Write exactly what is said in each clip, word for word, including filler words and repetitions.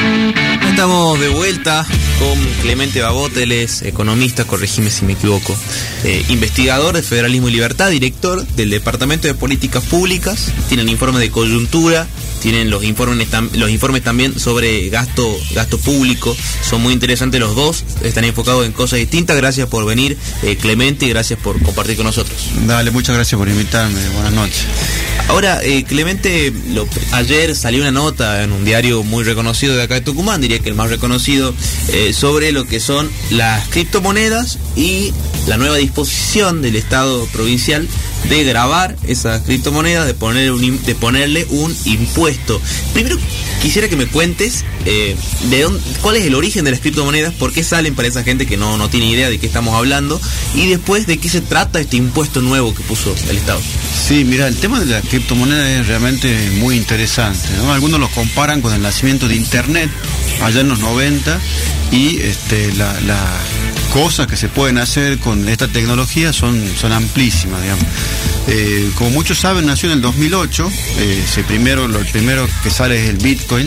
Estamos de vuelta con Clemente Babot, él es economista, corregime si me equivoco, eh, investigador de Federalismo y Libertad, director del Departamento de Políticas Públicas, tienen informes de coyuntura, tienen los informes los informes también sobre gasto gasto público, son muy interesantes los dos, están enfocados en cosas distintas. Gracias por venir, eh, Clemente, y gracias por compartir con nosotros. Dale, muchas gracias por invitarme, buenas noches. Ahora, eh, Clemente, lo, ayer salió una nota en un diario muy reconocido de acá de Tucumán, diría que el más reconocido, eh, sobre lo que son las criptomonedas y la nueva disposición del Estado provincial de gravar esas criptomonedas, de, poner un, de ponerle un impuesto. Primero quisiera que me cuentes eh, de dónde, cuál es el origen de las criptomonedas, por qué salen para esa gente que no, no tiene idea de qué estamos hablando, y después de qué se trata este impuesto nuevo que puso el Estado. Sí, mira, el tema de las criptomonedas es realmente muy interesante, ¿no? Algunos los comparan con el nacimiento de Internet allá en los noventa, y este, la, la cosas que se pueden hacer con esta tecnología son, son amplísimas, digamos. Eh, como muchos saben, nació en el dos mil ocho, eh, se primero, lo primero que sale es el Bitcoin,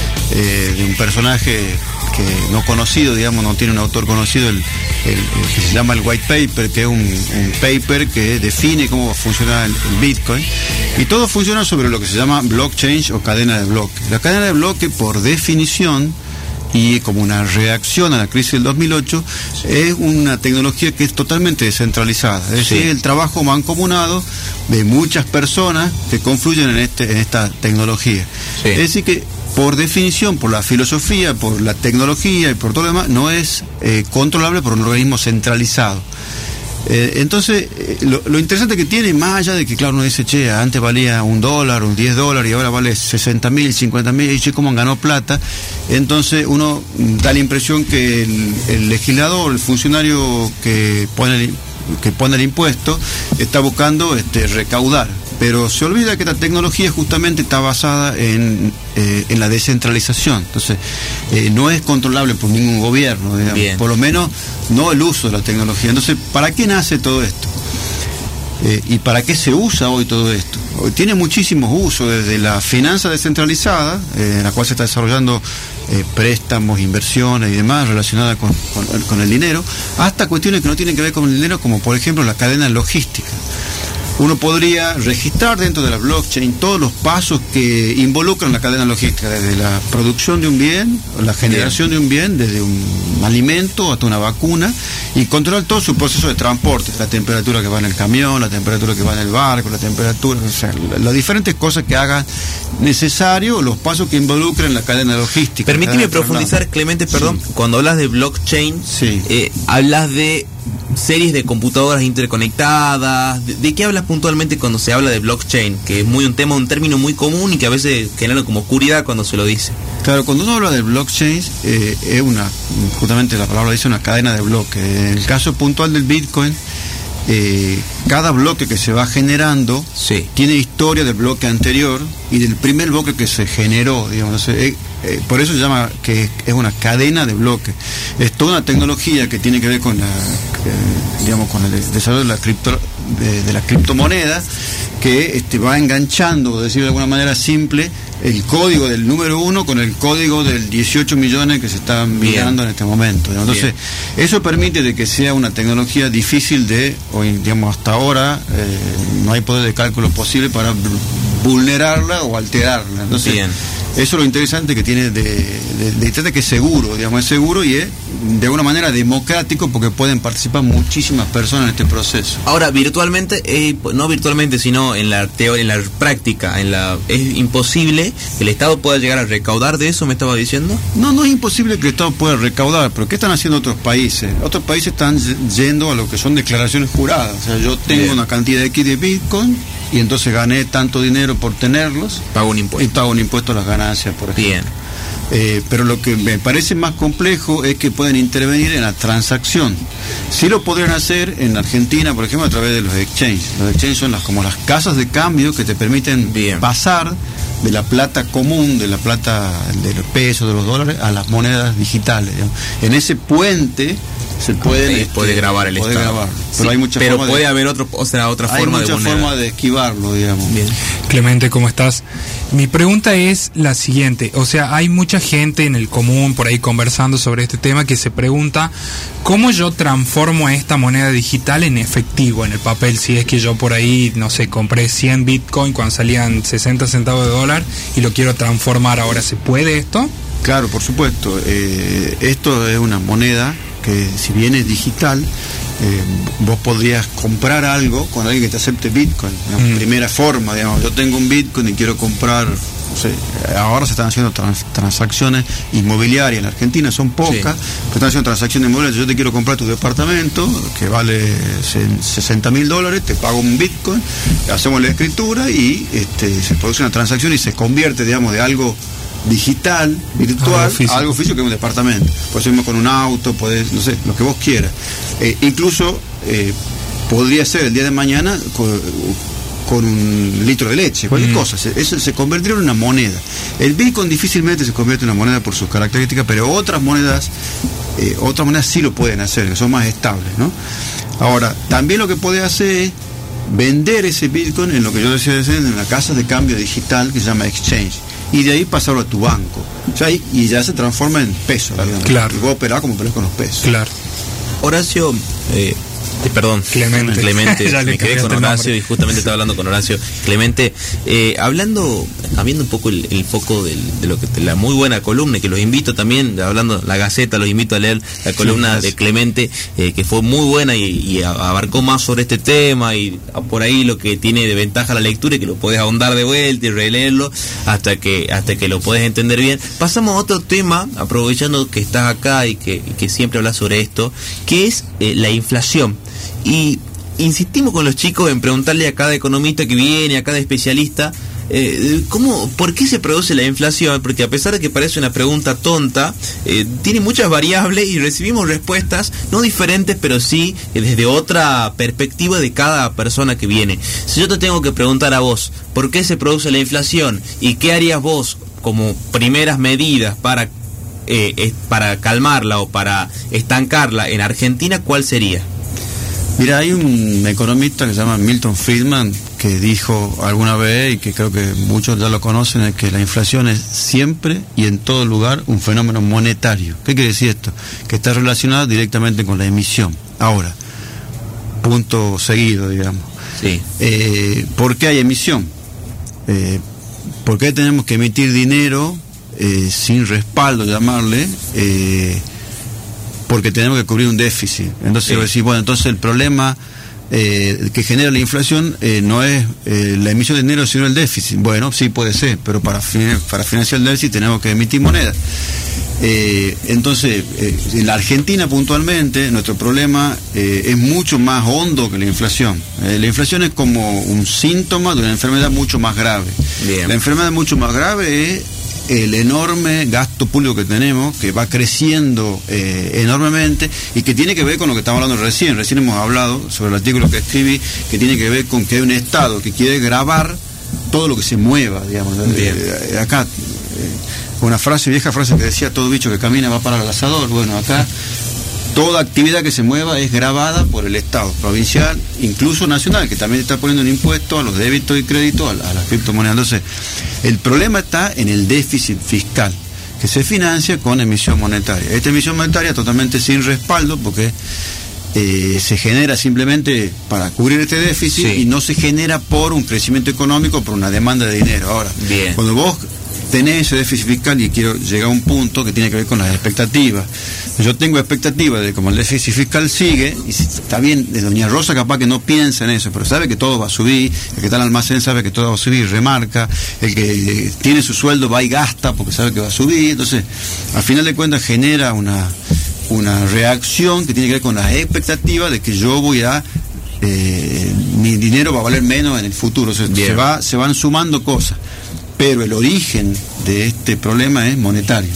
eh, de un personaje que no conocido, digamos, no tiene un autor conocido, el, el, el que se llama el White Paper, que es un, un paper que define cómo funciona el, el Bitcoin, y todo funciona sobre lo que se llama blockchain o cadena de bloques. La cadena de bloques, por definición, y como una reacción a la crisis del dos mil ocho, es una tecnología que es totalmente descentralizada, es decir, sí, el trabajo mancomunado de muchas personas que confluyen en este en esta tecnología. Sí. Es decir que, por definición, por la filosofía, por la tecnología y por todo lo demás, no es eh, controlable por un organismo centralizado. Eh, entonces, eh, lo, lo interesante que tiene, más allá de que, claro, uno dice, che, antes valía un dólar, un diez dólares, y ahora vale sesenta mil, cincuenta mil, y che, cómo han ganado plata, entonces uno da la impresión que el, el legislador, el funcionario que pone el, que pone el impuesto, está buscando este, recaudar. Pero se olvida que esta tecnología justamente está basada en, eh, en la descentralización. Entonces, eh, no es controlable por ningún gobierno, digamos. Por lo menos no el uso de la tecnología. Entonces, ¿para qué nace todo esto? Eh, ¿Y para qué se usa hoy todo esto? Hoy tiene muchísimos usos, desde la finanza descentralizada, eh, en la cual se está desarrollando eh, préstamos, inversiones y demás relacionadas con, con, con el dinero, hasta cuestiones que no tienen que ver con el dinero, como por ejemplo la cadena logística. Uno podría registrar dentro de la blockchain todos los pasos que involucran la cadena logística, desde la producción de un bien, la generación de un bien, desde un alimento hasta una vacuna, y controlar todo su proceso de transporte, la temperatura que va en el camión, la temperatura que va en el barco, la temperatura, o sea, las diferentes cosas que hagan necesario, los pasos que involucren la cadena logística. Permíteme profundizar, Clemente, perdón, sí. Cuando hablas de blockchain, sí. eh, hablas de series de computadoras interconectadas. ¿De, de qué hablas puntualmente cuando se habla de blockchain? Que es muy un tema, un término muy común y que a veces genera como oscuridad cuando se lo dice. Claro, cuando uno habla de blockchain, eh, es una, justamente la palabra dice una cadena de bloques. En el caso puntual del Bitcoin, eh, cada bloque que se va generando sí. tiene historia del bloque anterior y del primer bloque que se generó, digamos. Eh, eh, por eso se llama que es una cadena de bloques. Es toda una tecnología que tiene que ver con la, eh, digamos, con el desarrollo de la cripto, de, de la criptomoneda, que este, va enganchando, por decirlo de alguna manera simple, el código del número uno con el código del dieciocho millones que se están migrando en este momento. Entonces, Bien. eso permite de que sea una tecnología difícil de, hoy, digamos, hasta ahora, eh, no hay poder de cálculo posible para vulnerarla o alterarla. Entonces, Bien. eso es lo interesante que tiene de, de, de, de que es seguro, digamos, es seguro y es de alguna manera democrático porque pueden participar muchísimas personas en este proceso. Ahora, virtualmente, eh, no virtualmente, sino en la teoría, en la práctica, en la es imposible que el Estado pueda llegar a recaudar de eso, ¿me estaba diciendo? No, no es imposible que el Estado pueda recaudar, pero ¿qué están haciendo otros países? Otros países están yendo a lo que son declaraciones juradas. O sea, yo tengo Bien. una cantidad X de Bitcoin y entonces gané tanto dinero por tenerlos. Pago un impuesto. Y pago un impuesto a las ganancias, por ejemplo. Bien. Eh, pero lo que me parece más complejo es que pueden intervenir en la transacción. Sí lo podrían hacer en Argentina, por ejemplo, a través de los exchanges. Los exchanges son las, como las casas de cambio que te permiten Bien. pasar de la plata común, de la plata de los pesos, de los dólares, a las monedas digitales, digamos. En ese puente se pueden este, puede grabar el puede Estado. Grabar. Pero sí, hay muchas pero formas puede de, haber otro, o sea, otra hay forma de muchas moneda. formas de esquivarlo, digamos. Bien. Clemente, ¿cómo estás? Mi pregunta es la siguiente, o sea, hay mucha gente en el común por ahí conversando sobre este tema que se pregunta ¿cómo yo transformo esta moneda digital en efectivo, en el papel? Si es que yo por ahí, no sé, compré cien Bitcoin cuando salían sesenta centavos de dólar y lo quiero transformar ahora, ¿se puede esto? Claro, por supuesto. Eh, esto es una moneda que, si bien es digital, eh, vos podrías comprar algo con alguien que te acepte Bitcoin. Mm. Primera forma, digamos, yo tengo un Bitcoin y quiero comprar, no sé, ahora se están haciendo trans, transacciones inmobiliarias en la Argentina, son pocas, sí. pero están haciendo transacciones inmobiliarias. Yo te quiero comprar tu departamento, que vale sesenta mil dólares, te pago un Bitcoin, hacemos la escritura y este, se produce una transacción y se convierte, digamos, de algo digital, virtual, algo físico, algo físico que es un departamento. Puedes irme con un auto, puedes, no sé, lo que vos quieras. Eh, incluso eh, podría ser el día de mañana con, con un litro de leche, cualquier mm. cosa. Eso se convertiría en una moneda. El Bitcoin difícilmente se convierte en una moneda por sus características, pero otras monedas, eh, otras monedas sí lo pueden hacer, que son más estables, ¿no? Ahora, también lo que puede hacer es vender ese Bitcoin en lo que yo decía en la casa de cambio digital que se llama exchange. Y de ahí pasarlo a tu banco. O sea, y, y ya se transforma en peso. Digamos. Claro. Y vos operás como operás con los pesos. Claro. Horacio, eh, eh, perdón, Clemente, Clemente me quedé con Horacio y justamente estaba hablando con Horacio. Clemente, eh, hablando, cambiando un poco el, el foco del, de lo que de la muy buena columna, que los invito también, hablando la Gaceta, los invito a leer la columna sí, de Clemente, eh, que fue muy buena y, y abarcó más sobre este tema y por ahí lo que tiene de ventaja la lectura, y que lo puedes ahondar de vuelta y releerlo hasta que hasta que lo puedes entender bien. Pasamos a otro tema, aprovechando que estás acá y que, y que siempre hablas sobre esto, que es eh, la inflación. Y insistimos con los chicos en preguntarle a cada economista que viene, a cada especialista, eh, ¿cómo, ¿por qué se produce la inflación? Porque a pesar de que parece una pregunta tonta, eh, tiene muchas variables y recibimos respuestas no diferentes, pero sí eh, desde otra perspectiva de cada persona que viene. Si yo te tengo que preguntar a vos, ¿por qué se produce la inflación? ¿Y qué harías vos como primeras medidas para, eh, para calmarla o para estancarla en Argentina? ¿Cuál sería? Mira, hay un economista que se llama Milton Friedman que dijo alguna vez, y que creo que muchos ya lo conocen, es que la inflación es siempre y en todo lugar un fenómeno monetario. ¿Qué quiere decir esto? Que está relacionado directamente con la emisión. Ahora, punto seguido, digamos. Sí. Eh, ¿Por qué hay emisión? Eh, ¿Por qué tenemos que emitir dinero eh, sin respaldo, llamarle? Eh, porque tenemos que cubrir un déficit. Entonces, sí. decir, bueno, entonces el problema eh, que genera la inflación eh, no es eh, la emisión de dinero, sino el déficit. Bueno, sí puede ser, pero para, para financiar el déficit tenemos que emitir moneda. Eh, entonces, eh, en la Argentina puntualmente, nuestro problema eh, es mucho más hondo que la inflación. Eh, la inflación es como un síntoma de una enfermedad mucho más grave. Bien. La enfermedad mucho más grave es el enorme gasto público que tenemos, que va creciendo eh, enormemente, y que tiene que ver con lo que estamos hablando recién. Recién hemos hablado sobre el artículo que escribí, que tiene que ver con que hay un Estado que quiere grabar todo lo que se mueva, digamos. Eh, acá, eh, una frase, vieja frase que decía, todo bicho que camina va para el asador. Bueno, acá toda actividad que se mueva es grabada por el Estado, provincial, incluso nacional, que también está poniendo un impuesto a los débitos y créditos, a, a las criptomonedas. Entonces, el problema está en el déficit fiscal, que se financia con emisión monetaria. Esta emisión monetaria totalmente sin respaldo, porque eh, se genera simplemente para cubrir este déficit, sí. y no se genera por un crecimiento económico, por una demanda de dinero. Ahora, bien. Cuando vos tenés ese déficit fiscal, y quiero llegar a un punto que tiene que ver con las expectativas. Yo tengo expectativas de cómo el déficit fiscal sigue, y está bien, de doña Rosa capaz que no piensa en eso, pero sabe que todo va a subir, el que está en el almacén sabe que todo va a subir, remarca, el que tiene su sueldo va y gasta porque sabe que va a subir. Entonces, al final de cuentas genera una, una reacción que tiene que ver con las expectativas de que yo voy a eh, mi dinero va a valer menos en el futuro. O sea, se, va, se van sumando cosas, pero el origen de este problema es monetario.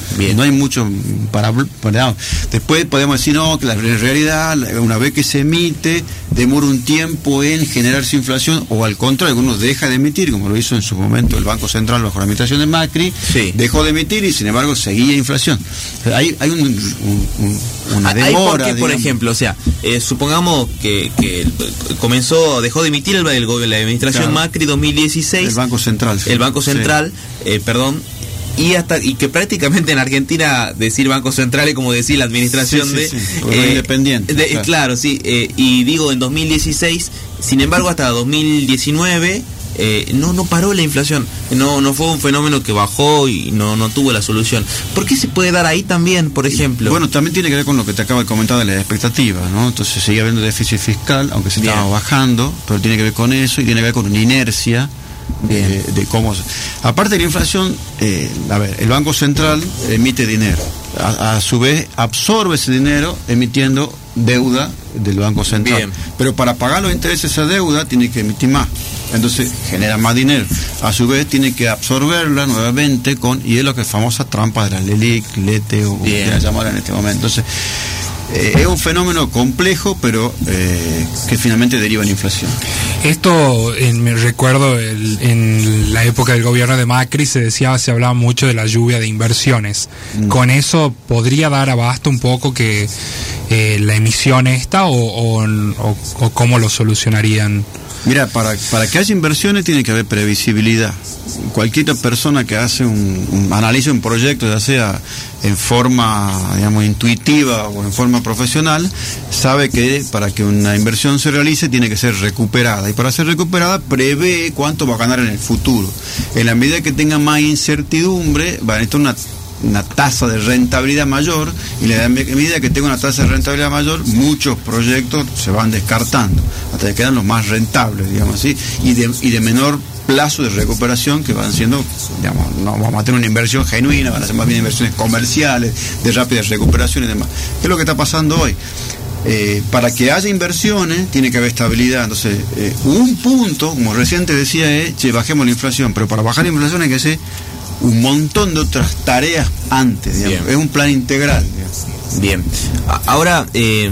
Bien. No hay mucho para, para... Después podemos decir, no, que la realidad, una vez que se emite, demora un tiempo en generarse inflación, o al contrario, algunos deja de emitir, como lo hizo en su momento el Banco Central bajo la administración de Macri, sí. dejó de emitir y sin embargo seguía inflación. Hay, hay un, un, un, una demora. ¿Por qué, por ejemplo? O sea, eh, supongamos que, que comenzó, dejó de emitir el, el, la administración claro. Macri dos mil dieciséis. El Banco Central. Sí. El Banco Central, sí. eh, perdón. Y hasta y que prácticamente en Argentina decir Banco Central es como decir la administración sí, de sí, sí. Eh, independiente de, claro. claro sí eh, y digo en dos mil dieciséis, sin embargo hasta dos mil diecinueve eh, no no paró la inflación, no no fue un fenómeno que bajó y no no tuvo la solución. ¿Por qué se puede dar ahí también, por ejemplo? Bueno, también tiene que ver con lo que te acabo de comentar de las expectativas, ¿no? Entonces sigue habiendo déficit fiscal, aunque se estaba bajando, pero tiene que ver con eso y tiene que ver con una inercia. De, de cómo aparte de la inflación, eh, a ver, el Banco Central emite dinero, a, a su vez absorbe ese dinero emitiendo deuda del Banco Central. Bien. Pero para pagar los intereses de esa deuda tiene que emitir más, entonces genera más dinero, a su vez tiene que absorberla nuevamente con, y es lo que es famosa trampa de la LELIC, LETE o como quieran llamar en este momento. Entonces Eh, es un fenómeno complejo, pero eh, que finalmente deriva en inflación. Esto, en, me recuerdo, el, en la época del gobierno de Macri se decía, se hablaba mucho de la lluvia de inversiones. Mm. ¿Con eso podría dar abasto un poco que eh, la emisión esta o, o, o, o cómo lo solucionarían? Mira, para, para que haya inversiones tiene que haber previsibilidad. Cualquier persona que hace un, un analiza un proyecto, ya sea en forma, digamos, intuitiva o en forma profesional, sabe que para que una inversión se realice tiene que ser recuperada. Y para ser recuperada prevé cuánto va a ganar en el futuro. En la medida que tenga más incertidumbre, va a necesitar una una tasa de rentabilidad mayor, y en la medida que tenga una tasa de rentabilidad mayor, muchos proyectos se van descartando hasta que quedan los más rentables, digamos así, y de, y de menor plazo de recuperación, que van siendo, digamos, no vamos a tener una inversión genuina, van a ser más bien inversiones comerciales de rápida recuperación y demás. ¿Qué es lo que está pasando hoy? Eh, para que haya inversiones tiene que haber estabilidad. Entonces, eh, un punto, como recién te decía, es, che, bajemos la inflación, pero para bajar la inflación hay que hacer un montón de otras tareas antes, digamos. Es un plan integral, digamos. Bien. Ahora, eh,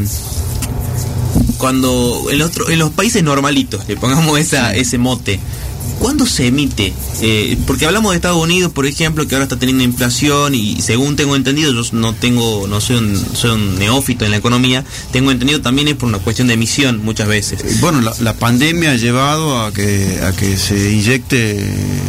cuando en, otro, en los países normalitos, le pongamos esa, sí. ese mote, ¿cuándo se emite? Eh, porque hablamos de Estados Unidos, por ejemplo, que ahora está teniendo inflación y según tengo entendido, yo no tengo, no soy un, soy un neófito en la economía, tengo entendido también es por una cuestión de emisión muchas veces. Bueno, la, la pandemia ha llevado a que a que se inyecte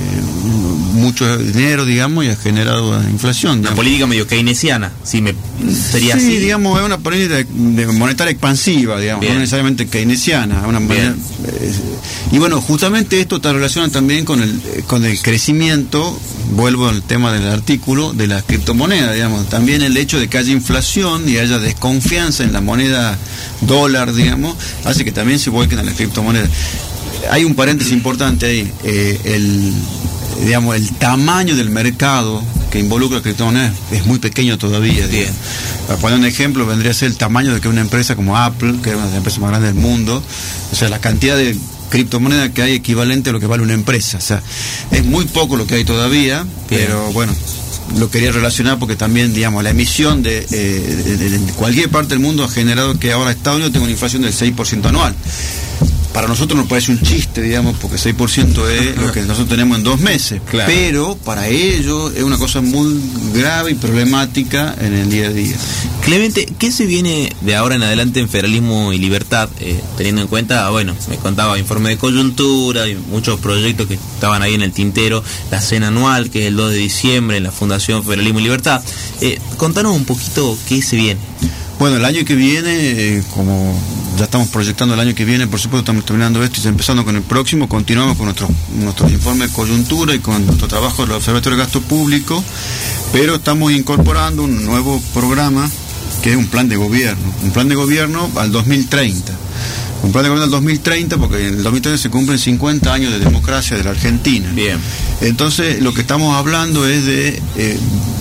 mucho dinero, digamos, y ha generado inflación. Una digamos. política medio keynesiana, si me sería sí, así. digamos, es una política de, de monetaria expansiva, digamos, Bien. no necesariamente keynesiana. Una manera, eh, y bueno, justamente esto está relacionado también con el con el crecimiento, vuelvo al tema del artículo, de las criptomonedas, digamos. También el hecho de que haya inflación y haya desconfianza en la moneda dólar, digamos, hace que también se vuelquen a las criptomonedas. Hay un paréntesis importante ahí, eh, el digamos, el tamaño del mercado que involucra criptomonedas es muy pequeño todavía. Bien. Para poner un ejemplo, vendría a ser el tamaño de que una empresa como Apple, que es una de las empresas más grandes del mundo, o sea, la cantidad de criptomonedas que hay equivalente a lo que vale una empresa. O sea, es muy poco lo que hay todavía, Bien. pero bueno, lo quería relacionar porque también, digamos, la emisión de, eh, de, de, de cualquier parte del mundo ha generado que ahora Estados Unidos tenga una inflación del seis por ciento anual. Para nosotros nos parece un chiste, digamos, porque seis por ciento es lo que nosotros tenemos en dos meses. Claro. Pero para ellos es una cosa muy grave y problemática en el día a día. Clemente, ¿qué se viene de ahora en adelante en Federalismo y Libertad? Eh, teniendo en cuenta, bueno, me contaba informe de coyuntura y muchos proyectos que estaban ahí en el tintero, la cena anual, que es el dos de diciembre en la Fundación Federalismo y Libertad. Eh, contanos un poquito qué se viene. Bueno, el año que viene, eh, como ya estamos proyectando el año que viene, por supuesto estamos terminando esto y empezando con el próximo, continuamos con nuestros nuestros informes de coyuntura y con nuestro trabajo del Observatorio de Gasto Público, pero estamos incorporando un nuevo programa que es un plan de gobierno, un plan de gobierno al dos mil treinta. Un plan de gobierno al dos mil treinta, porque en el dos mil treinta se cumplen cincuenta años de democracia de la Argentina. Bien. Entonces, lo que estamos hablando es de Eh,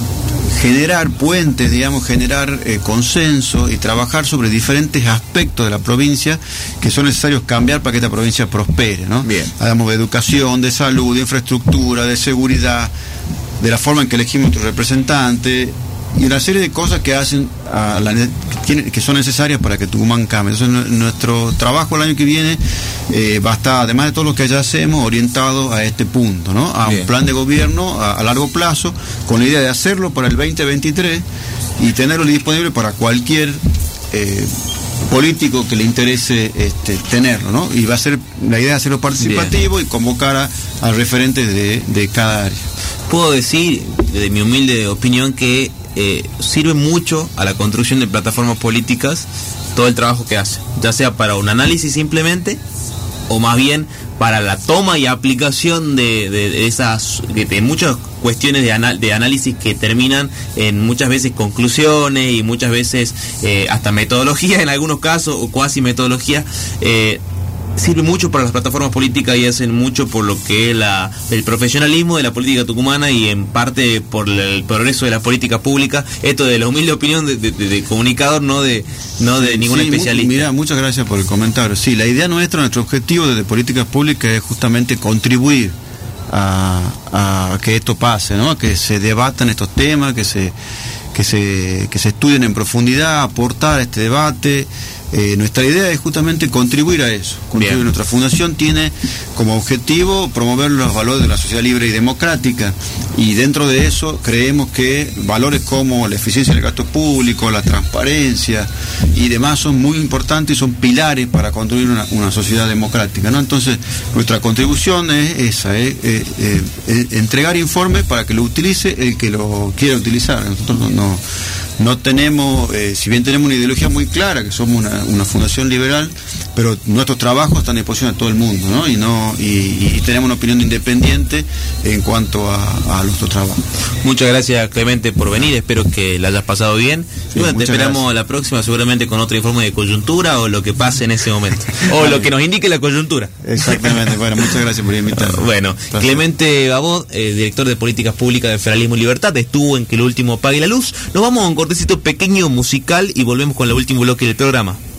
generar puentes, digamos, generar eh, consenso y trabajar sobre diferentes aspectos de la provincia que son necesarios cambiar para que esta provincia prospere, ¿no? Bien. Hablamos de educación, de salud, de infraestructura, de seguridad, de la forma en que elegimos nuestros representantes y una serie de cosas que hacen a la, que, que son necesarias para que Tucumán cambie. Entonces nuestro trabajo el año que viene eh, va a estar, además de todo lo que ya hacemos, orientado a este punto, ¿no? A Bien. un plan de gobierno a, a largo plazo, con la idea de hacerlo para el veinte veintitrés y tenerlo disponible para cualquier eh, político que le interese este, tenerlo, ¿no? Y va a ser, la idea es hacerlo participativo Bien. y convocar a, a referentes de, de cada área. Puedo decir, de mi humilde opinión, que eh, sirve mucho a la construcción de plataformas políticas todo el trabajo que hace, ya sea para un análisis simplemente, o más bien para la toma y aplicación de, de, de esas, de, de muchas cuestiones de, anal, de análisis que terminan en muchas veces conclusiones y muchas veces eh, hasta metodología en algunos casos, o cuasi metodología. eh, Sirve mucho para las plataformas políticas y hacen mucho por lo que es la, el profesionalismo de la política tucumana y en parte por el progreso de la política pública. Esto de la humilde opinión de, de, de, de comunicador, no de no de ningún sí, especialista. Mira, muchas gracias por el comentario. Sí, la idea nuestra, nuestro objetivo desde políticas públicas es justamente contribuir a, a que esto pase, ¿no? A que se debatan estos temas, que se que se que se estudien en profundidad, aportar a este debate. Eh, nuestra idea es justamente contribuir a eso. Contribuir. Nuestra fundación tiene como objetivo promover los valores de la sociedad libre y democrática, y dentro de eso creemos que valores como la eficiencia del gasto público, la transparencia y demás son muy importantes y son pilares para construir una, una sociedad democrática, ¿no? Entonces nuestra contribución es esa, es, es, es, es entregar informes para que lo utilice el que lo quiera utilizar. Nosotros no, no No tenemos, eh, si bien tenemos una ideología muy clara, que somos una, una fundación liberal, pero nuestros trabajos están a disposición de todo el mundo, ¿no? Y no y, y tenemos una opinión independiente en cuanto a, a nuestro trabajo. Muchas gracias, Clemente, por venir. Espero que la hayas pasado bien. Sí, bueno, te esperamos gracias. La próxima, seguramente con otro informe de coyuntura o lo que pase en ese momento. O lo que nos indique la coyuntura. Exactamente. Bueno, muchas gracias por invitarme. Bueno, gracias. Clemente Babot, eh, director de Políticas Públicas de Federalismo y Libertad, estuvo en Que lo último apague la luz. Nos vamos a un cortecito pequeño musical y volvemos con el último bloque del programa.